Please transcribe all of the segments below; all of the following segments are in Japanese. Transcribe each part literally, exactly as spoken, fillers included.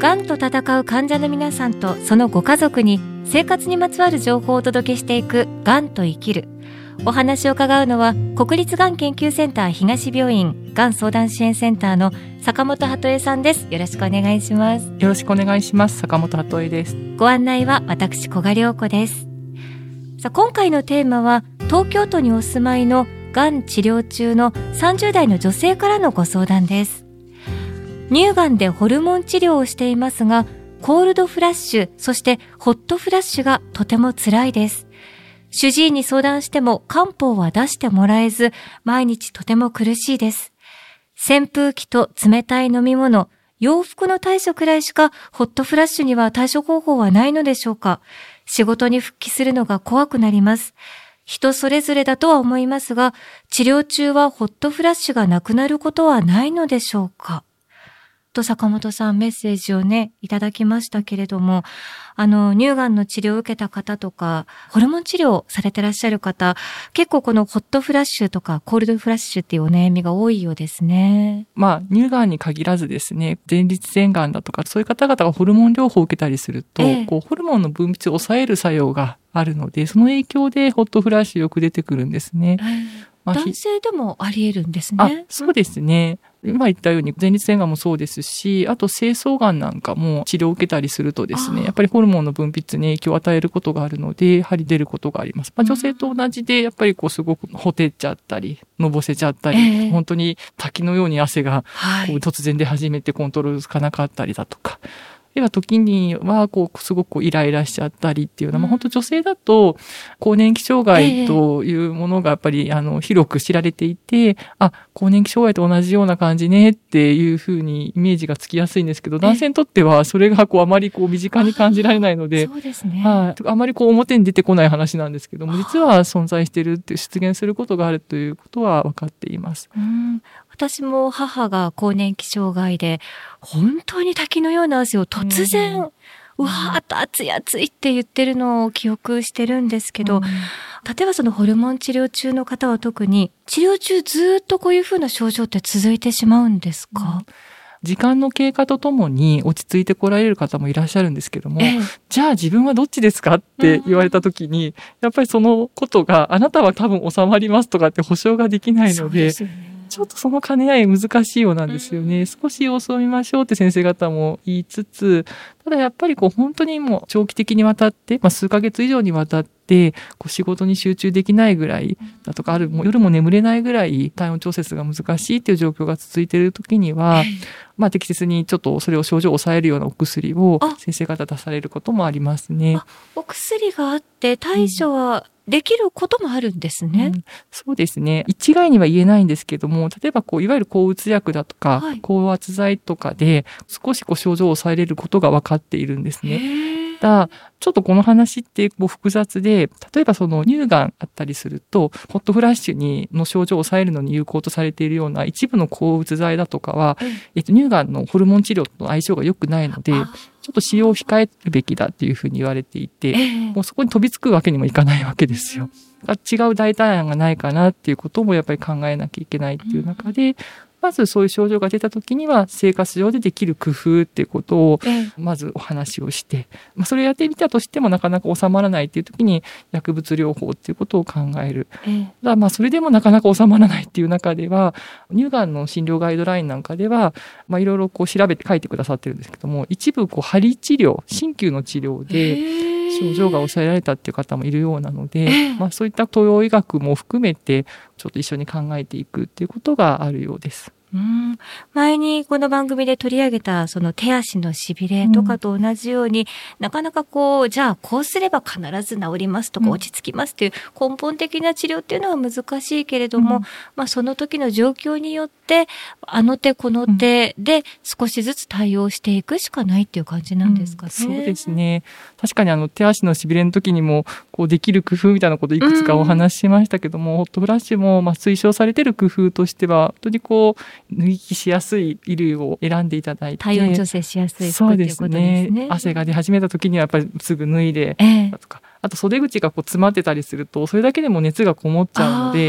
がんと闘う患者の皆さんとそのご家族に生活にまつわる情報をお届けしていくがんと生きる。お話を伺うのは国立がん研究センター東病院がん相談支援センターの坂本鳩恵さんです。よろしくお願いします。 よろしくお願いします。坂本鳩恵です。 ご案内は私古賀良子です。さあ、今回のテーマは東京都にお住まいのがん治療中のさんじゅう代の女性からのご相談です。乳がんでホルモン治療をしていますが、コールドフラッシュ、そしてホットフラッシュがとても辛いです。主治医に相談しても漢方は出してもらえず、毎日とても苦しいです。扇風機と冷たい飲み物、洋服の対処くらいしかホットフラッシュには対処方法はないのでしょうか。仕事に復帰するのが怖くなります。人それぞれだとは思いますが、治療中はホットフラッシュがなくなることはないのでしょうか。と坂本さんメッセージをねいただきましたけれども、あの乳がんの治療を受けた方とかホルモン治療をされてらっしゃる方、結構このホットフラッシュとかコールドフラッシュっていうお悩みが多いようですね。 まあ乳がんに限らずですね、前立腺がんだとかそういう方々がホルモン療法を受けたりすると、ええ、こうホルモンの分泌を抑える作用があるので、その影響でホットフラッシュよく出てくるんですね。 ええ、まあ、男性でもあり得るんですね。 あ、そうですね。今言ったように前立腺がんもそうですし、あと精巣がんなんかも治療を受けたりするとですね、やっぱりホルモンの分泌に影響を与えることがあるので、やはり出ることがあります。まあ、女性と同じでやっぱりこうすごくほてっちゃったりのぼせちゃったり、えー、本当に滝のように汗がこう突然出始めてコントロールつかなかったりだとか、では時にはこうすごくこうイライラしちゃったりっていうのは、うん、まあ、本当女性だと更年期障害というものがやっぱり、えー、あの広く知られていて、あ、更年期障害と同じような感じねっていうふうにイメージがつきやすいんですけど、男性にとってはそれがこうあまりこう身近に感じられないので、 そうですね。 はい、あまりこう表に出てこない話なんですけども、実は存在しているって出現することがあるということは分かっています。 うん、私も母が更年期障害で本当に滝のような汗を突然、うん、うわーっと熱い熱いって言ってるのを記憶してるんですけど、うん、例えばそのホルモン治療中の方は特に治療中ずっとこういう風な症状って続いてしまうんですか？うん、 時間の経過とともに落ち着いてこられる方もいらっしゃるんですけども、ええ、じゃあ自分はどっちですかって言われた時に、うん、やっぱりそのことがあなたは多分収まりますとかって保証ができないので、ちょっとその兼ね合い難しいようなんですよね。うん、少し様子を見ましょうって先生方も言いつつ、ただやっぱりこう本当にもう長期的にわたって、まあ、数ヶ月以上にわたってこう仕事に集中できないぐらいだとか、あるもう夜も眠れないぐらい体温調節が難しいっていう状況が続いている時には、まあ適切にちょっとそれを症状を抑えるようなお薬を先生方出されることもありますね。 お薬があって対処は、うん、できることもあるんですね。うん、 そうですね。一概には言えないんですけども、例えばこういわゆる抗うつ薬だとか、はい、高圧剤とかで少しこう症状を抑えれることが分かっているんですね。ただちょっとこの話ってこう複雑で、例えばその乳がんあったりするとホットフラッシュにの症状を抑えるのに有効とされているような一部の抗うつ剤だとかは、うん、えっと、乳がんのホルモン治療と相性が良くないので、ちょっと使用を控えるべきだっていうふうに言われていて、えー、もうそこに飛びつくわけにもいかないわけですよ。違う代替案がないかなっていうこともやっぱり考えなきゃいけないっていう中で、うん、まずそういう症状が出た時には生活上でできる工夫っていうことをまずお話をして、まあ、それをやってみたとしてもなかなか収まらないっていう時に薬物療法っていうことを考える。ただまあそれでもなかなか収まらないっていう中では、乳がんの診療ガイドラインなんかでは、まあいろいろこう調べて書いてくださってるんですけども、一部こう針治療、鍼灸の治療で症状が抑えられたっていう方もいるようなので、まあそういった東洋医学も含めてちょっと一緒に考えていくっていうことがあるようです。 うん、前にこの番組で取り上げたその手足のしびれとかと同じように、うん、なかなかこうじゃあこうすれば必ず治りますとか落ち着きますっていう根本的な治療っていうのは難しいけれども、うん、まあその時の状況によってあの手この手で少しずつ対応していくしかないっていう感じなんですかね。 うん、そうですね。確かにあの手足のしびれの時にもこうできる工夫みたいなこといくつかお話ししましたけども、うん、ホットフラッシュもまあ推奨されている工夫としては本当にこう脱ぎ着しやすい衣類を選んでいただいて、 体温調整しやすい服っていうことですね。そうですね。 汗が出始めた時にはやっぱりすぐ脱いで、えー、とかあと袖口がこう詰まってたりするとそれだけでも熱がこもっちゃうので、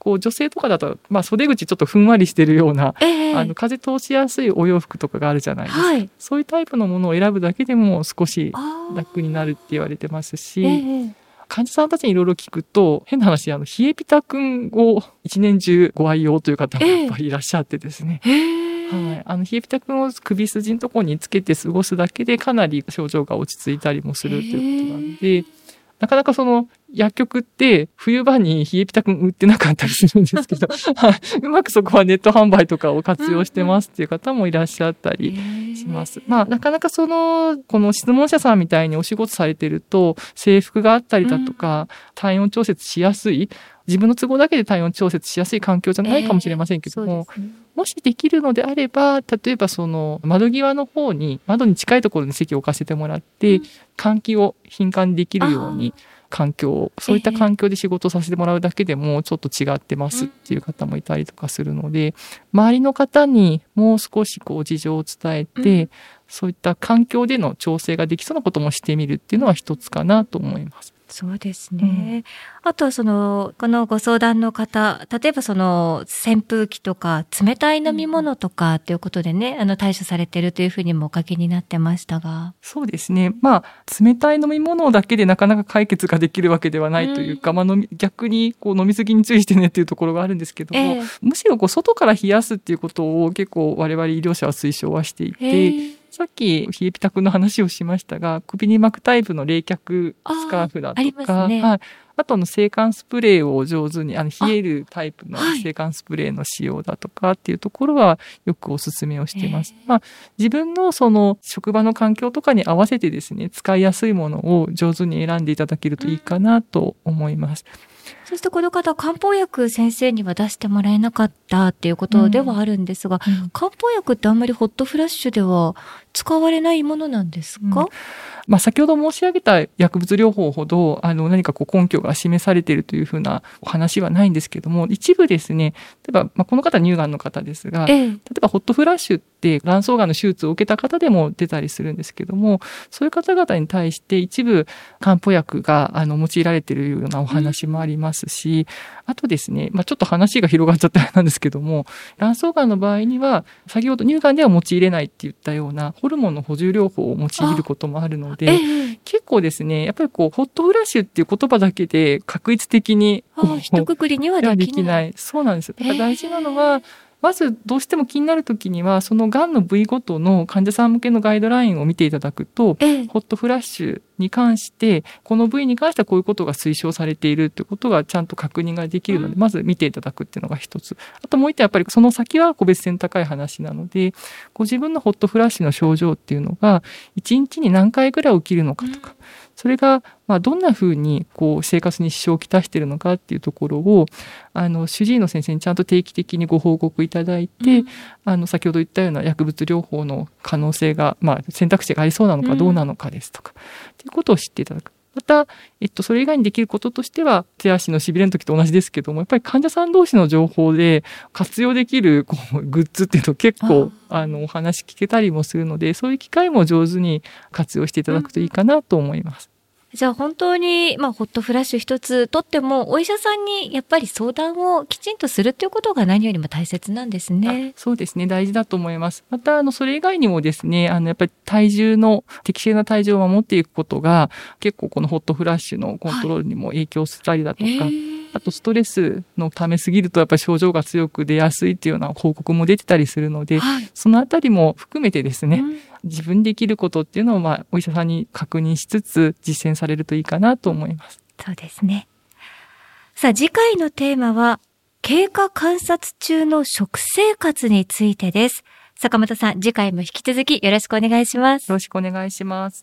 こう女性とかだと、まあ、袖口ちょっとふんわりしてるような、 えー、 あの風通しやすいお洋服とかがあるじゃないですか、はい、そういうタイプのものを選ぶだけでも少し楽になるって言われてますし、えー、患者さんたちにいろいろ聞くと変な話、あの冷えピタ君を一年中ご愛用という方もやっぱりいらっしゃってですね、えーはい、あの冷えピタ君を首筋のところにつけて過ごすだけでかなり症状が落ち着いたりもするということなので、なかなかその薬局って冬場に冷えピタ君売ってなかったりするんですけどうまくそこはネット販売とかを活用してますっていう方もいらっしゃったりします。まあなかなかそのこの質問者さんみたいにお仕事されてると制服があったりだとか体温調節しやすい、自分の都合だけで体温調節しやすい環境じゃないかもしれませんけども、えーね、もしできるのであれば、例えばその窓際の方に窓に近いところに席を置かせてもらって、うん、換気を頻繁にできるように環境を、そういった環境で仕事をさせてもらうだけでもちょっと違ってますっていう方もいたりとかするので、周りの方にもう少しこう事情を伝えて、うん、そういった環境での調整ができそうなこともしてみるっていうのは一つかなと思います。 そうですね。うん、あとはその、このご相談の方、例えばその扇風機とか冷たい飲み物とかっていうことでね、あの対処されているというふうにもお書きになってましたが。 そうですね。まあ、冷たい飲み物だけでなかなか解決ができるわけではないというか、うん、まあ飲み、逆にこう飲みすぎに注意してねっていうところがあるんですけども、えー、むしろこう外から冷やすっていうことを結構我々医療者は推奨はしていて、えーさっき冷えピタ君の話をしましたが、首に巻くタイプの冷却スカーフだとか、ありますね。はい。あとの制汗スプレーを上手に、あの冷えるタイプの制汗スプレーの使用だとかっていうところはよくお勧めをしています。まあ、自分のその職場の環境とかに合わせてですね、使いやすいものを上手に選んでいただけるといいかなと思います。 そしてこの方、漢方薬先生には出してもらえなかったっていうことではあるんですが、うんうん、漢方薬ってあんまりホットフラッシュでは使われないものなんですか？うんまあ、先ほど申し上げた薬物療法ほどあの何かこう根拠が示されているというふうなお話はないんですけども、一部ですね、例えば、まあ、この方は乳がんの方ですが、ええ、例えばホットフラッシュって卵巣がんの手術を受けた方でも出たりするんですけども、そういう方々に対して一部漢方薬があの用いられているようなお話もありますし、うん、あとですね、まあ、ちょっと話が広がっちゃったようなんですけども、卵巣がんの場合には先ほど乳がんでは用いれないって言ったようなホルモンの補充療法を用いることもあるので、ええ、結構ですね、やっぱりこうホットフラッシュっていう言葉だけで確一的にこう一括りにはできない。できない。 そうなんですよ。だから大事なのは、まずどうしても気になるときにはそのがんの部位ごとの患者さん向けのガイドラインを見ていただくと、ええ、ホットフラッシュに関してこの部位に関してはこういうことが推奨されているということがちゃんと確認ができるので、うん、まず見ていただくっていうのが一つ。あともう一点、やっぱりその先は個別性の高い話なので、ご自分のホットフラッシュの症状っていうのがいちにちに何回ぐらい起きるのかとか、うん、それがまあどんなふうにこう生活に支障をきたしているのかっていうところをあの主治医の先生にちゃんと定期的にご報告いただいて、うん、あの先ほど言ったような薬物療法の可能性が、まあ、選択肢がありそうなのかどうなのかですとか、うん、っていうことを知っていただく。また、えっと、それ以外にできることとしては、手足のしびれの時と同じですけども、やっぱり患者さん同士の情報で活用できるこうグッズっていうのを結構あのお話聞けたりもするので、そういう機会も上手に活用していただくといいかなと思います。 うん、じゃあ本当に、まあ、ホットフラッシュ一つとっても、お医者さんにやっぱり相談をきちんとするっていうことが何よりも大切なんですね。 そうですね。大事だと思います。また、あの、それ以外にもですね、あの、やっぱり体重の、適正な体重を守っていくことが、結構このホットフラッシュのコントロールにも影響したりだとか、はい、あとストレスのためすぎるとやっぱり症状が強く出やすいっていうような報告も出てたりするので、はい、そのあたりも含めてですね、うん、自分できることっていうのをまあお医者さんに確認しつつ実践されるといいかなと思います。 そうですね。さあ次回のテーマは経過観察中の食生活についてです。坂本さん、次回も引き続きよろしくお願いします。 よろしくお願いします。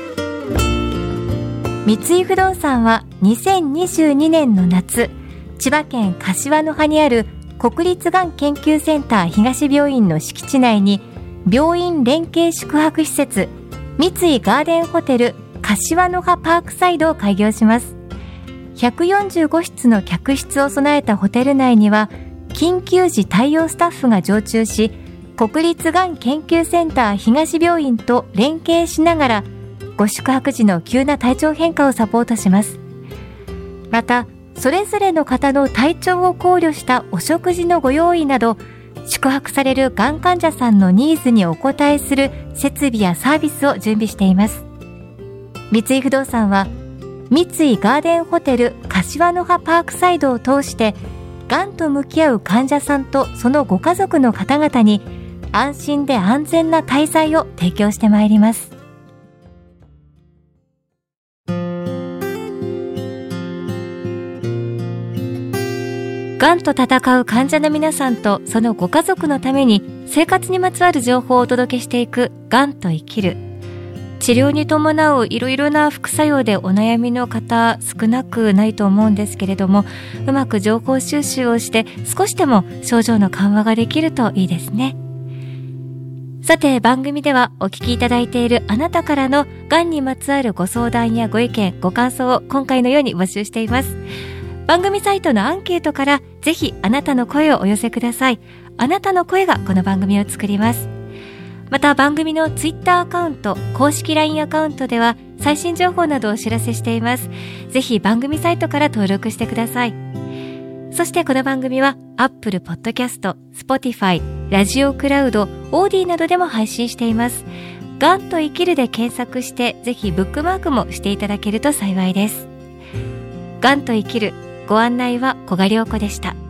三井不動産はにせんにじゅうにねんの夏、千葉県柏の葉にある国立がん研究センター東病院の敷地内に病院連携宿泊施設三井ガーデンホテル柏の葉パークサイドを開業します。ひゃくよんじゅうごしつの客室を備えたホテル内には緊急時対応スタッフが常駐し、国立がん研究センター東病院と連携しながらご宿泊時の急な体調変化をサポートします。またそれぞれの方の体調を考慮したお食事のご用意など、宿泊されるがん患者さんのニーズにお応えする設備やサービスを準備しています。三井不動産は三井ガーデンホテル柏の葉パークサイドを通して、がんと向き合う患者さんとそのご家族の方々に安心で安全な滞在を提供してまいります。がんと闘う患者の皆さんとそのご家族のために生活にまつわる情報をお届けしていくがんと生きる。治療に伴ういろいろな副作用でお悩みの方少なくないと思うんですけれども、うまく情報収集をして少しでも症状の緩和ができるといいですね。さて、番組ではお聞きいただいているあなたからのがんにまつわるご相談やご意見ご感想を今回のように募集しています。番組サイトのアンケートからぜひあなたの声をお寄せください。あなたの声がこの番組を作ります。また番組のツイッターアカウント、公式 ライン アカウントでは最新情報などをお知らせしています。ぜひ番組サイトから登録してください。そしてこの番組は Apple Podcast、Spotify、ラジオクラウド、オーディなどでも配信しています。がんと生きるで検索してぜひブックマークもしていただけると幸いです。がんと生きる、ご案内は小賀良子でした。